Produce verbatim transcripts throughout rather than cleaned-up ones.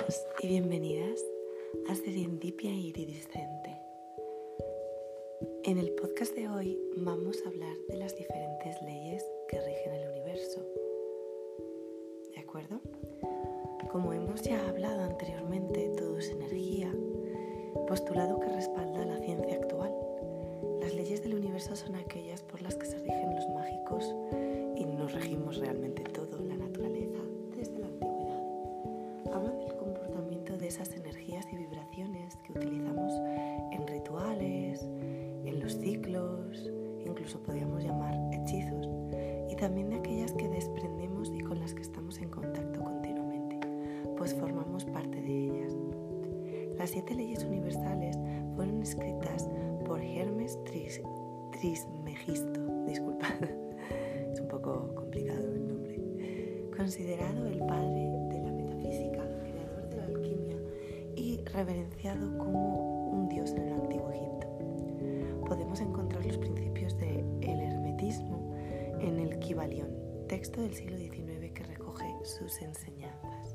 Bienvenidos y bienvenidas a Serendipia Iridiscente. En el podcast de hoy vamos a hablar de las diferentes leyes que rigen el universo. ¿De acuerdo? Como hemos ya hablado anteriormente, todo es energía, postulado que respalda la ciencia actual. Las leyes del universo son aquellas por las que se rigen los mágicos y nos regimos realmente todo, la naturaleza, desde la antigüedad. Hablan del comportamiento de esas energías y vibraciones que utilizamos en rituales, en los ciclos, incluso podríamos llamar hechizos, y también de aquellas que desprendemos y con las que estamos en contacto continuamente, pues formamos parte de ellas. Las siete leyes universales fueron escritas por Hermes Tris, Trismegisto, disculpa, es un poco complicado el nombre, considerado el padre de la metafísica, creador de la alquimia y reverenciado como un dios en el antiguo Egipto. Podemos encontrar los principios del hermetismo en el Kybalión, texto del siglo diecinueve que recoge sus enseñanzas.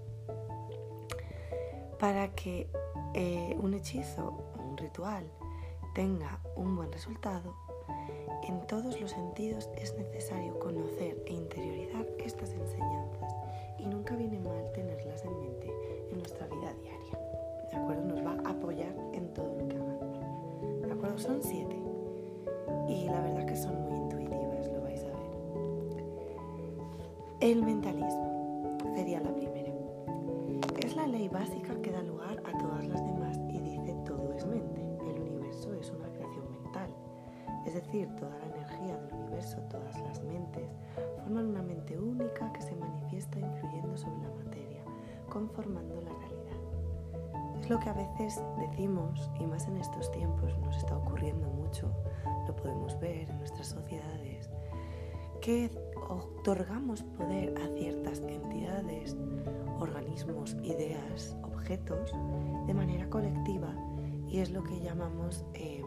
Para que eh, un hechizo o un ritual tenga un buen resultado, en todos los sentidos es necesario conocer e interiorizar estas enseñanzas y nunca viene mal tenerlas en mente en nuestra vida diaria. ¿De acuerdo? Nos va a apoyar en todo lo que hagamos. ¿De acuerdo? Son siete y la verdad que son muy intuitivas, lo vais a ver. El mentalismo sería la primera. Es la ley básica que da lugar a todas las demás y dice todo es mente. El universo es una creación mental. Es decir, toda la energía del universo, todas las mentes, forman una mente única que se manifiesta influyendo sobre la materia, conformando la realidad. Es lo que a veces decimos, y más en estos tiempos nos está ocurriendo mucho, lo podemos ver en nuestras sociedades, que otorgamos poder a ciertas entidades, organismos, ideas, objetos, de manera colectiva, y es lo que llamamos eh,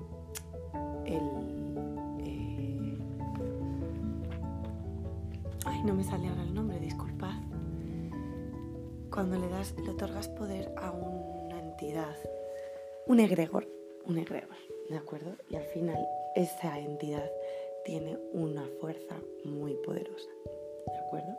el... Eh, ay, no me sale ahora el nombre, disculpad. Cuando le das, le otorgas poder a una entidad, un egregor, un egregor, ¿de acuerdo? Y al final esa entidad tiene una fuerza muy poderosa, ¿de acuerdo?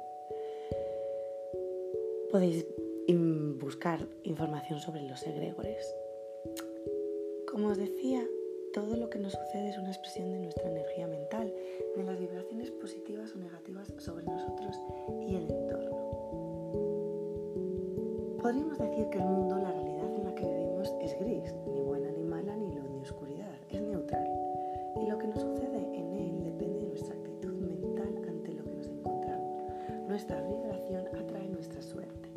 Podéis buscar información sobre los egregores. Como os decía, todo lo que nos sucede es una expresión de nuestra energía mental, de las vibraciones positivas o negativas sobre nosotros y el entorno. Podríamos decir que el mundo, la realidad en la que vivimos, es gris, ni buena ni mala, ni luz ni oscuridad, es neutral. Y lo que nos sucede en él depende de nuestra actitud mental ante lo que nos encontramos. Nuestra vibración atrae nuestra suerte.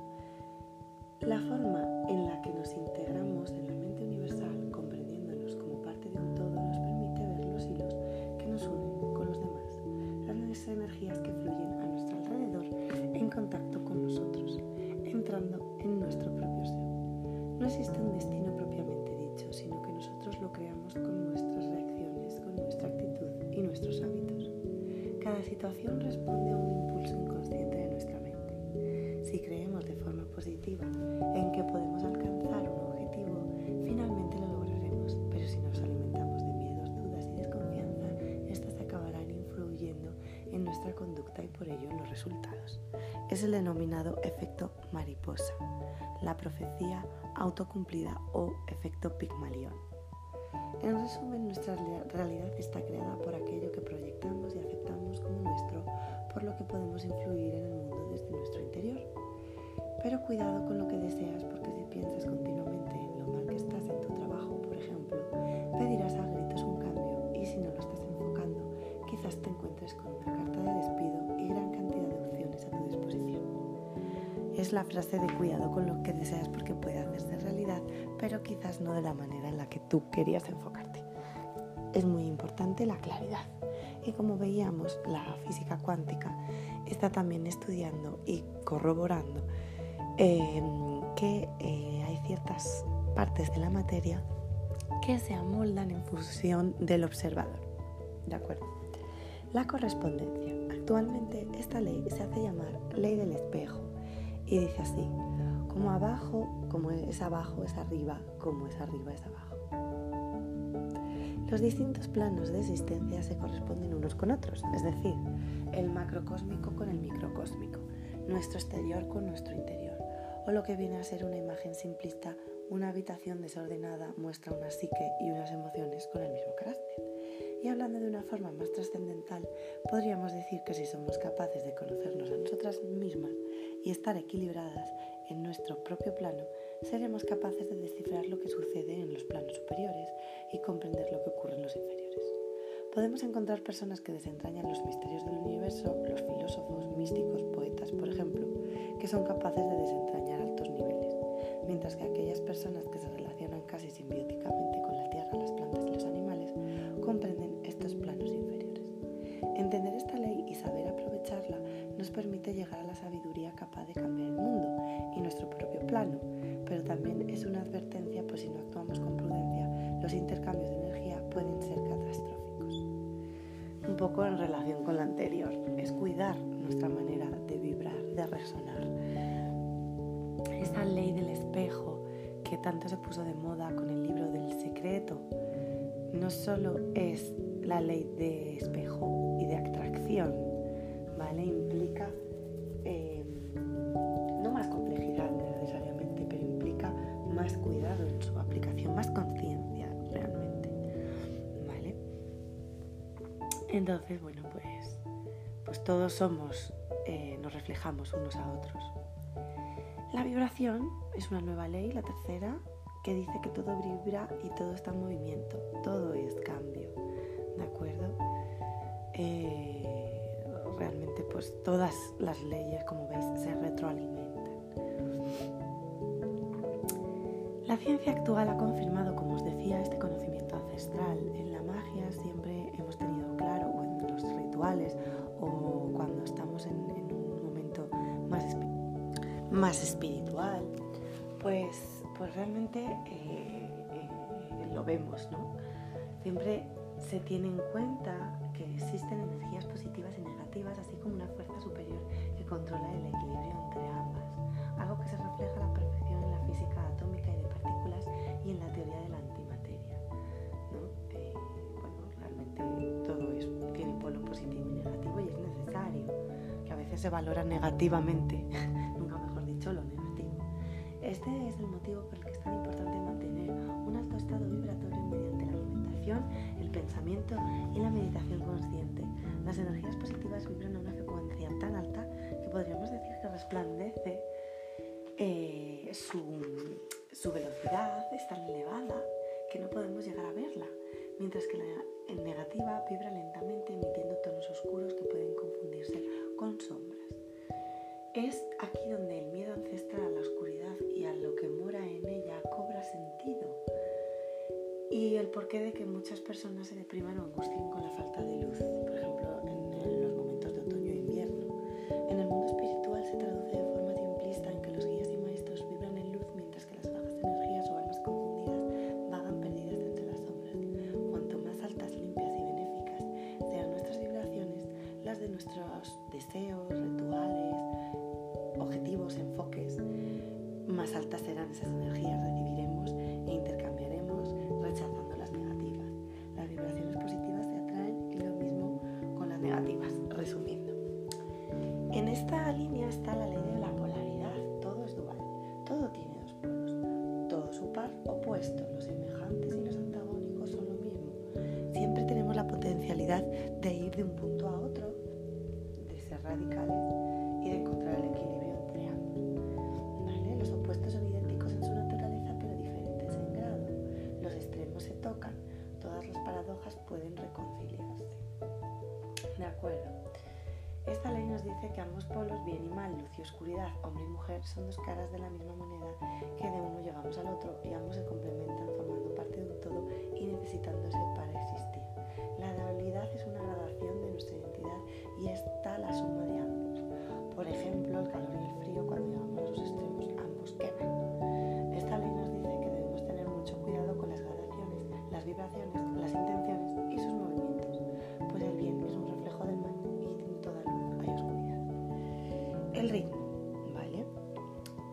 La forma en la que nos integramos en la mente universal, comprendiéndonos como parte de un todo, nos permite ver los hilos que nos unen con los demás, las energías que fluyen a nuestro alrededor en contacto con nosotros, entrando en nuestro propio ser. No existe un destino propiamente dicho, sino que nosotros lo creamos con nuestras reacciones, con nuestra actitud y nuestros hábitos. Cada situación responde a un impulso inconsciente de nuestra mente. Si creemos de forma positiva en que podemos alcanzar un objetivo, finalmente lo lograremos, pero si nos alimentamos de miedos, dudas y desconfianza, estas acabarán influyendo en nuestra conducta y por ello en los resultados. Es el denominado efecto mariposa, la profecía autocumplida o efecto Pigmalión. En resumen, nuestra realidad está creada por aquello que proyectamos y aceptamos como nuestro, por lo que podemos influir en el mundo desde nuestro interior. Pero cuidado con lo que deseas, porque si piensas continuamente en lo mal que estás en tu trabajo, por ejemplo, pedirás a gritos un cambio y si no lo estás enfocando, quizás te encuentres con una carta de despido y gran cantidad de opciones a tu disposición. Es la frase de cuidado con lo que deseas porque puede hacerse realidad, pero quizás no de la manera en la que tú querías enfocarte. Es muy importante la claridad. Y como veíamos, la física cuántica está también estudiando y corroborando eh, que eh, hay ciertas partes de la materia que se amoldan en función del observador. ¿De acuerdo? La correspondencia. Actualmente esta ley se hace llamar ley del espejo y dice así: como abajo, como es abajo, es arriba, como es arriba, es abajo. Los distintos planos de existencia se corresponden unos con otros, es decir, el macrocósmico con el microcósmico, nuestro exterior con nuestro interior, o lo que viene a ser una imagen simplista, una habitación desordenada muestra una psique y unas emociones con el mismo carácter. Y hablando de una forma más trascendental, podríamos decir que si somos capaces de conocernos a nosotras mismas y estar equilibradas en nuestro propio plano, seremos capaces de descifrar lo que sucede en los planos superiores y comprender lo que ocurre en los inferiores. Podemos encontrar personas que desentrañan los misterios del universo, los filósofos, místicos, poetas, por ejemplo, que son capaces de desentrañar altos niveles, mientras que aquellas personas que se relacionan casi simbióticamente con la tierra, las plantas y los animales, comprenden estos planos inferiores. Entender esta ley y saber aprovecharla nos permite llegar a la sabiduría capaz de cambiar el mundo y nuestro propio plano, pero también es una advertencia, pues si no actuamos con prudencia, los intercambios de energía pueden ser catastróficos. Un poco en relación con lo anterior, es cuidar nuestra manera de vibrar, de resonar. Esa ley del espejo que tanto se puso de moda con el libro del secreto, no solo es la ley de espejo y de atracción, ¿vale? Implica eh, no más complejidad necesariamente, pero implica más cuidado en su aplicación, más conciencia realmente, ¿vale? Entonces, bueno, pues, pues todos somos, eh, nos reflejamos unos a otros. La vibración es una nueva ley, la tercera, que dice que todo vibra y todo está en movimiento, todo es cambio, ¿de acuerdo? Eh, realmente pues todas las leyes, como veis, se retroalimentan. La ciencia actual ha confirmado, como os decía, este conocimiento ancestral. En la magia siempre hemos tenido claro, o en los rituales, o cuando estamos en, en un momento más, espi- más espiritual, pues, pues realmente eh, eh, lo vemos, ¿no? Siempre se tiene en cuenta que existen energías positivas y negativas, así como una fuerza superior que controla el equilibrio entre ambas, algo que se refleja a la perfección en la física atómica y de partículas y en la teoría de la antimateria, ¿no? Eh, bueno, realmente todo es, tiene polo positivo y negativo y es necesario, que a veces se valora negativamente, nunca mejor dicho, lo negativo. Este es el motivo por el que es tan importante mantener un alto estado vibratorio mediante la alimentación, el pensamiento y la meditación consciente. Las energías positivas vibran a una frecuencia tan alta que podríamos decir que resplandece eh, su, su velocidad es tan elevada que no podemos llegar a verla, mientras que la en negativa vibra lentamente emitiendo tonos oscuros que pueden confundirse con sombras. Es aquí donde el miedo ancestral a la oscuridad y a lo que mora en ella cobra sentido, y el porqué de que muchas personas se depriman o angustien con la falta de luz, por ejemplo en, en los momentos de otoño e invierno. En el mundo espiritual se traduce de forma simplista en que los guías y maestros vibran en luz, mientras que las bajas energías o almas confundidas vagan perdidas entre las sombras. Cuanto más altas, limpias y benéficas sean nuestras vibraciones, las de nuestros deseos, rituales, objetivos, enfoques, más altas serán esas energías, recibiremos e intercambiaremos rechazando las negativas. Las vibraciones positivas se atraen y lo mismo con las negativas, resumiendo. En esta línea está la ley de la polaridad, todo es dual, todo tiene dos polos, todo su par opuesto, los semejantes y los antagónicos son lo mismo. Siempre tenemos la potencialidad de ir de un punto a otro, de ser radicales y de encontrar el equilibrio entre ambos, ¿vale? Los opuestos son idénticos en su naturaleza, pero diferentes en grado. Los extremos se tocan, todas las paradojas pueden reconciliarse. ¿De acuerdo? Esta ley nos dice que ambos polos, bien y mal, luz y oscuridad, hombre y mujer, son dos caras de la misma moneda, que de uno llegamos al otro y ambos se complementan formando parte de un todo y necesitándose para existir. La dualidad es una gradación de nuestra identidad y está la suma de ambos. Por ejemplo, el calor y el frío, cuando llegamos a sus extremos, ambos queman. Esta ley nos dice que debemos tener mucho cuidado con las gradaciones, las vibraciones, las intenciones y sus movimientos, pues el bien es un reflejo del mal y en toda luz hay oscuridad. El ritmo, ¿vale? Cambiamos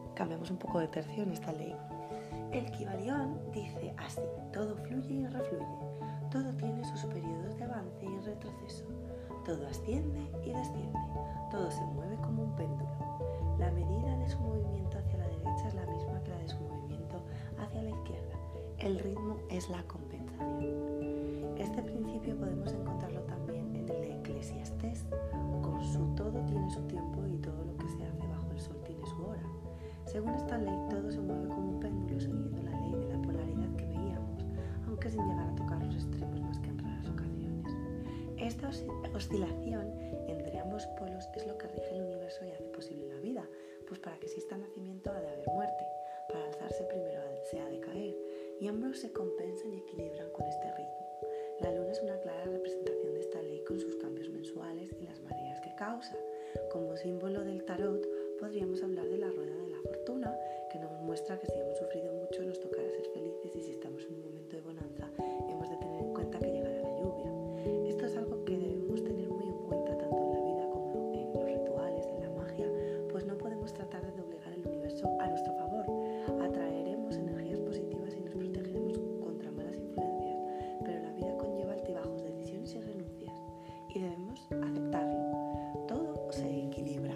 cambiamos un poco de tercio en esta ley. El Kybalión dice así: todo fluye y refluye, todo tiene sus periodos de avance y retroceso, todo asciende y desciende, todo se mueve como un péndulo. La medida de su movimiento hacia la derecha es la misma que la de su movimiento hacia la izquierda. El ritmo es la compensación. Este principio podemos encontrarlo también en el Eclesiastés. Con su todo tiene su tiempo y todo lo que se hace bajo el sol tiene su hora. Según esta ley, todo se mueve como un péndulo siguiendo la ley de la polaridad que veíamos, aunque sin llegar a tocar los extremos más que en raras ocasiones. Esta oscilación entre ambos polos es lo que rige el universo y hace posible la vida, pues para que exista nacimiento ha de haber muerte, para alzarse primero se ha de caer, y ambos se compensan y equilibran con este ritmo. La luna es una clara representación de esta ley con sus cambios mensuales y las mareas que causa. Como símbolo del tarot, podríamos hablar de la rueda de la fortuna, que nos muestra que si hemos sufrido mucho nos tocará ser felices, y si estamos en un momento de bonanza hemos de tener en cuenta que llegará la lluvia. Esto es algo que debemos tener muy en cuenta tanto en la vida como en los rituales, en la magia, pues no podemos tratar de doblegar el universo a nuestro favor. Atraeremos energías positivas y nos protegeremos contra malas influencias, pero la vida conlleva altibajos, decisiones y renuncias, y debemos aceptarlo. Todo se equilibra.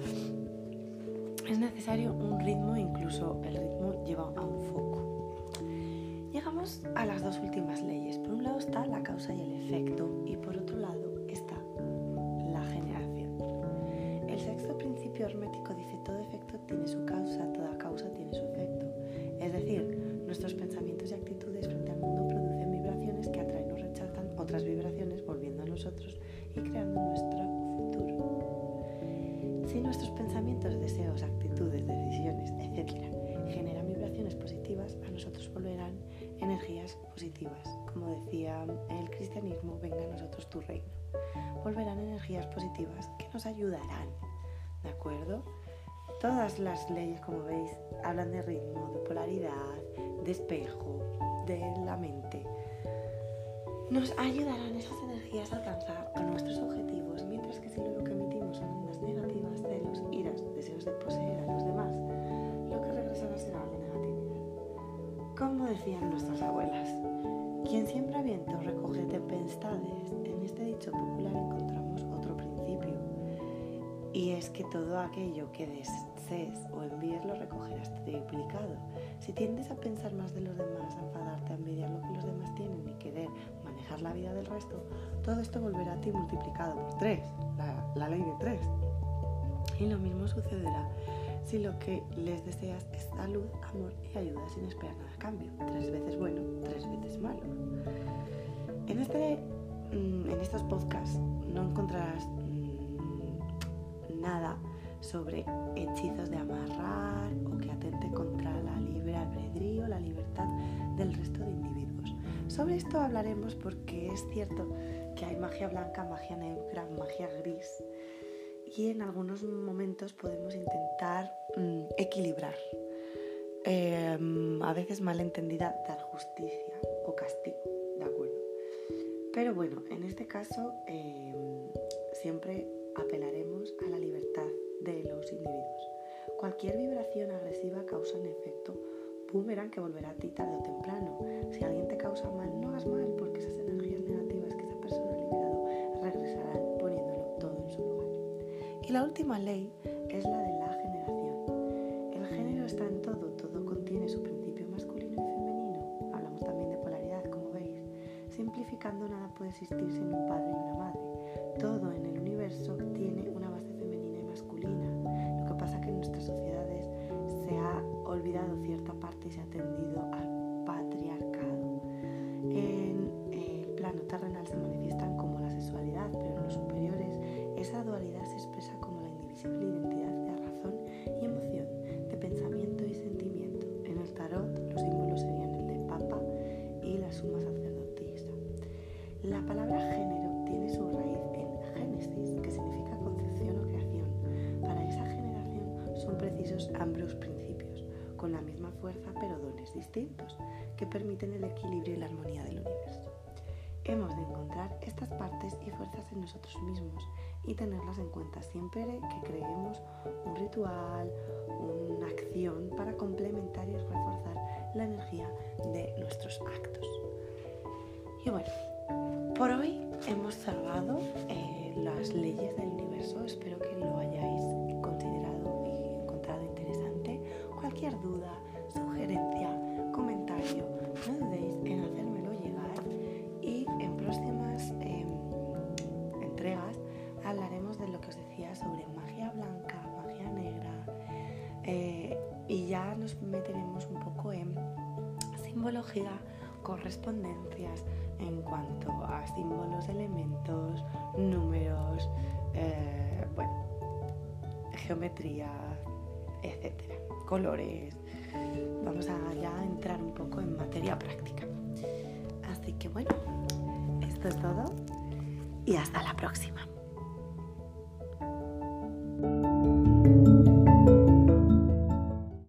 Es necesario un ritmo, incluso el ritmo lleva a un foco. Llegamos a las dos últimas leyes. Por un lado está la causa y el efecto, y por otro lado está la generación. El sexto principio hermético dice: todo efecto tiene su causa, toda causa tiene su efecto. Es decir, nuestros pensamientos y actitudes frente al mundo producen vibraciones que atraen o rechazan otras vibraciones, volviendo a nosotros y creando nuestro futuro. Si nuestros pensamientos, deseos, actitudes, decisiones, etcétera generan vibraciones positivas, a nosotros volverán energías positivas. Como decía el cristianismo, venga a nosotros tu reino. Volverán energías positivas que nos ayudarán, ¿de acuerdo? Todas las leyes, como veis, hablan de ritmo, de polaridad, de espejo, de la mente. Nos ayudarán esas energías a alcanzar a nuestros objetivos, mientras que si lo que emitimos son ondas negativas, celos, iras, deseos de poseer a los demás, lo que regresará será la negatividad. Como decían nuestras abuelas, quien siembra viento recoge tempestades. En este dicho popular encontramos otro principio, y es que todo aquello que desees o envíes lo recogerás triplicado. Si tiendes a pensar más de los demás, a enfadarte, a envidiar lo que los demás tienen y querer manejar la vida del resto, todo esto volverá a ti multiplicado por tres, la, la ley de tres. Y lo mismo sucederá si lo que les deseas es salud, amor y ayuda sin esperar nada a cambio. Tres veces bueno, tres veces malo. En, este, en estos podcasts no encontrarás nada sobre hechizos de amarrar o que atente contra la libre albedrío, la libertad del resto de individuos. Sobre esto hablaremos porque es cierto que hay magia blanca, magia negra, magia gris, y en algunos momentos podemos intentar mmm, equilibrar, eh, a veces malentendida, dar justicia o castigo, ¿de acuerdo? Pero bueno, en este caso eh, siempre apelaremos a la libertad de los individuos. Cualquier vibración agresiva causa un efecto boomerang que volverá a ti tarde o temprano. Si alguien te causa mal, no hagas mal, porque esas energías negativas que esa persona ha liberado regresarán poniéndolo todo en su lugar. Y la última ley es la de la generación. El género está en todo, todo contiene su principio masculino y femenino. Hablamos también de polaridad, como veis. Simplificando, nada puede existir sin un padre y una madre. Todo en el universo tiene una base femenina y masculina. Lo que pasa es que en nuestras sociedades se ha olvidado cierta parte y se ha tendido al patriarcado. En el plano terrenal se manifiestan como la sexualidad, pero en los superiores esa dualidad se expresa como la indivisible identidad de razón y emoción, de pensamiento y sentimiento. En el tarot los símbolos serían el de papa y la suma sacerdotisa. La palabra género tiene su raíz en Génesis, que significa concepción o creación. Para esa generación son precisos ambos principios, con la misma fuerza pero dones distintos, que permiten el equilibrio y la armonía del universo. Hemos de encontrar estas partes y fuerzas en nosotros mismos, y tenerlas en cuenta siempre que creemos un ritual, una acción para complementar y reforzar la energía de nuestros actos. Y bueno, por hoy hemos cerrado eh, las leyes del universo. Espero que lo hayáis considerado y encontrado interesante. Cualquier duda, sugerencia, comentario, no dudéis en hacérmelo llegar, y en próximas eh, entregas hablaremos de lo que os decía sobre magia blanca, magia negra, eh, y ya nos meteremos un poco en simbología, correspondencias en cuanto a símbolos, elementos, números, eh, bueno, geometría, etcétera, colores. Vamos a ya entrar un poco en materia práctica. Así que bueno, esto es todo y hasta la próxima.